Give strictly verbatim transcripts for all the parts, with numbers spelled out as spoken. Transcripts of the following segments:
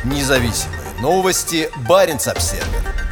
Независимые новости. Баренц-Обсервер.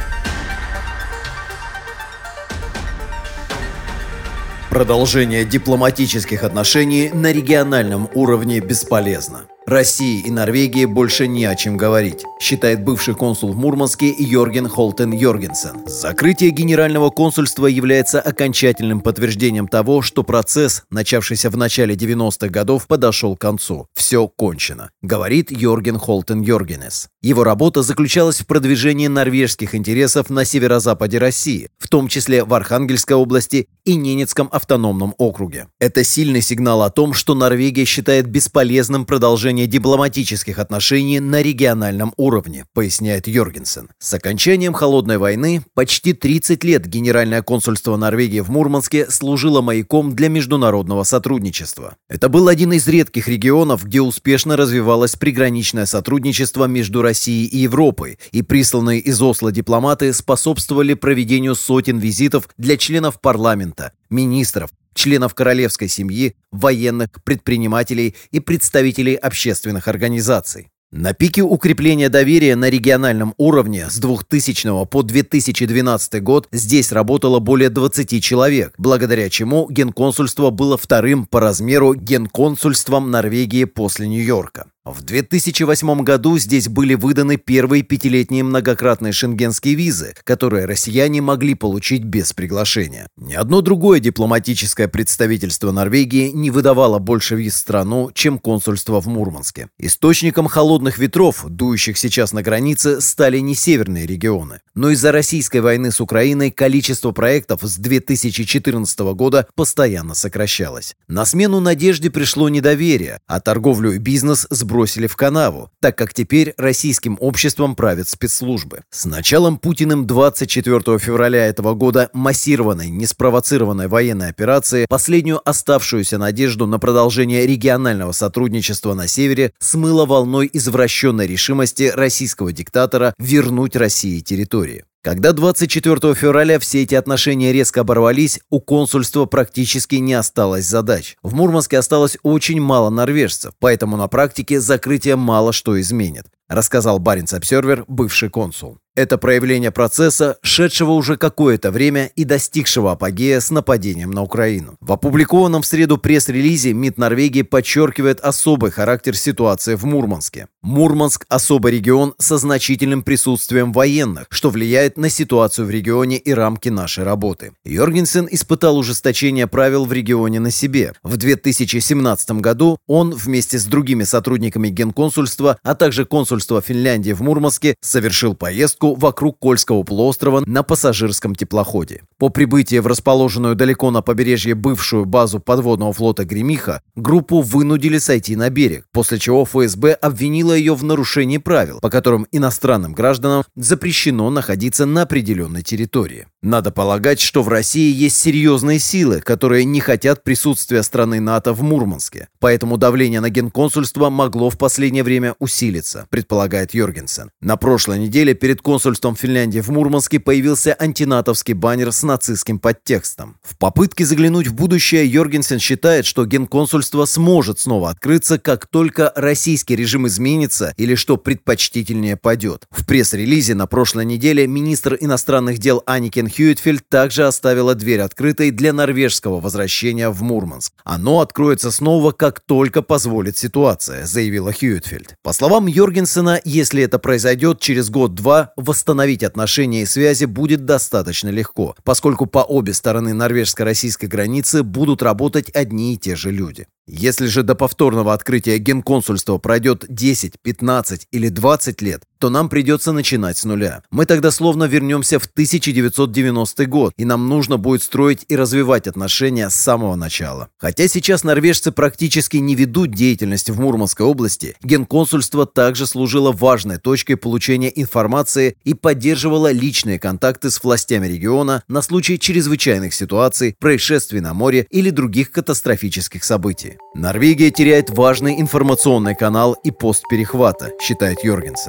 Продолжение дипломатических отношений на региональном уровне бесполезно. России и Норвегии больше не о чем говорить, считает бывший консул в Мурманске Йорген Холтен Йоргенсен. Закрытие генерального консульства является окончательным подтверждением того, что процесс, начавшийся в начале девяностых годов, подошел к концу. Все кончено, говорит Йорген Холтен Йоргенес. Его работа заключалась в продвижении норвежских интересов на северо-западе России, в том числе в Архангельской области и Ненецком автономном округе. Это сильный сигнал о том, что Норвегия считает бесполезным продолжение дипломатических отношений на региональном уровне, поясняет Йоргенсен. С окончанием Холодной войны почти тридцать лет Генеральное консульство Норвегии в Мурманске служило маяком для международного сотрудничества. Это был один из редких регионов, где успешно развивалось приграничное сотрудничество между Россией и Европой, и присланные из Осло дипломаты способствовали проведению сотен визитов для членов парламента, министров, членов королевской семьи, военных, предпринимателей и представителей общественных организаций. На пике укрепления доверия на региональном уровне с двухтысячного по две тысячи двенадцатый год здесь работало более двадцати человек, благодаря чему генконсульство было вторым по размеру генконсульством Норвегии после Нью-Йорка. В две тысячи восьмом году здесь были выданы первые пятилетние многократные шенгенские визы, которые россияне могли получить без приглашения. Ни одно другое дипломатическое представительство Норвегии не выдавало больше виз в страну, чем консульство в Мурманске. Источником холодных ветров, дующих сейчас на границе, стали не северные регионы. Но из-за российской войны с Украиной количество проектов с две тысячи четырнадцатого года постоянно сокращалось. На смену надежде пришло недоверие, а торговлю и бизнес сбросили бросили в канаву, так как теперь российским обществом правят спецслужбы. С началом Путиным двадцать четвёртого февраля этого года массированной, неспровоцированной военной операции последнюю оставшуюся надежду на продолжение регионального сотрудничества на севере смыло волной извращенной решимости российского диктатора вернуть России территории. Когда двадцать четвёртого февраля все эти отношения резко оборвались, у консульства практически не осталось задач. В Мурманске осталось очень мало норвежцев, поэтому на практике закрытие мало что изменит, рассказал Баренц-Обсервер бывший консул. Это проявление процесса, шедшего уже какое-то время и достигшего апогея с нападением на Украину. В опубликованном в среду пресс-релизе МИД Норвегии подчеркивает особый характер ситуации в Мурманске. Мурманск – особый регион со значительным присутствием военных, что влияет на ситуацию в регионе и рамки нашей работы. Йоргенсен испытал ужесточение правил в регионе на себе. В две тысячи семнадцатом году он вместе с другими сотрудниками генконсульства, а также консульства Финляндии в Мурманске совершил поездку вокруг Кольского полуострова на пассажирском теплоходе. По прибытии в расположенную далеко на побережье бывшую базу подводного флота Гремиха группу вынудили сойти на берег, после чего ФСБ обвинила ее в нарушении правил, по которым иностранным гражданам запрещено находиться на определенной территории. Надо полагать, что в России есть серьезные силы, которые не хотят присутствия страны НАТО в Мурманске, поэтому давление на генконсульство могло в последнее время усилиться, предполагает Йоргенсен. На прошлой неделе перед консульством Финляндии в Мурманске появился антинатовский баннер с нацистским подтекстом. В попытке заглянуть в будущее Йоргенсен считает, что генконсульство сможет снова открыться, как только российский режим изменится или, что предпочтительнее, падет. В пресс-релизе на прошлой неделе министр иностранных дел Анникен Хьюитфельд также оставила дверь открытой для норвежского возвращения в Мурманск. Оно откроется снова, как только позволит ситуация, заявила Хьюитфельд. По словам Йоргенсена, если это произойдет через год-два, восстановить отношения и связи будет достаточно легко, поскольку по обе стороны норвежско-российской границы будут работать одни и те же люди. Если же до повторного открытия генконсульства пройдет десять, пятнадцать или двадцать лет, то нам придется начинать с нуля. Мы тогда словно вернемся в тысяча девятьсот девяностый год, и нам нужно будет строить и развивать отношения с самого начала. Хотя сейчас норвежцы практически не ведут деятельность в Мурманской области, генконсульство также служило важной точкой получения информации и поддерживало личные контакты с властями региона на случай чрезвычайных ситуаций, происшествий на море или других катастрофических событий. Норвегия теряет важный информационный канал и пост перехвата, считает Йоргенсен. Будет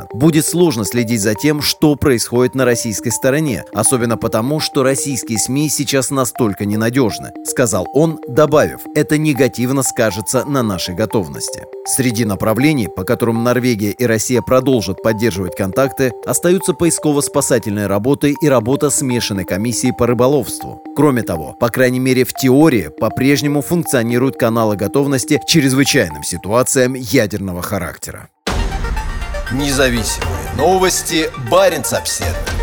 будет сложно следить за тем, что происходит на российской стороне, особенно потому, что российские СМИ сейчас настолько ненадежны, сказал он, добавив, это негативно скажется на нашей готовности. Среди направлений, по которым Норвегия и Россия продолжат поддерживать контакты, остаются поисково-спасательная работа и работа смешанной комиссии по рыболовству. Кроме того, по крайней мере в теории, по-прежнему функционируют каналы готовности к чрезвычайным ситуациям ядерного характера. Независимые новости. Баренц-Обседный.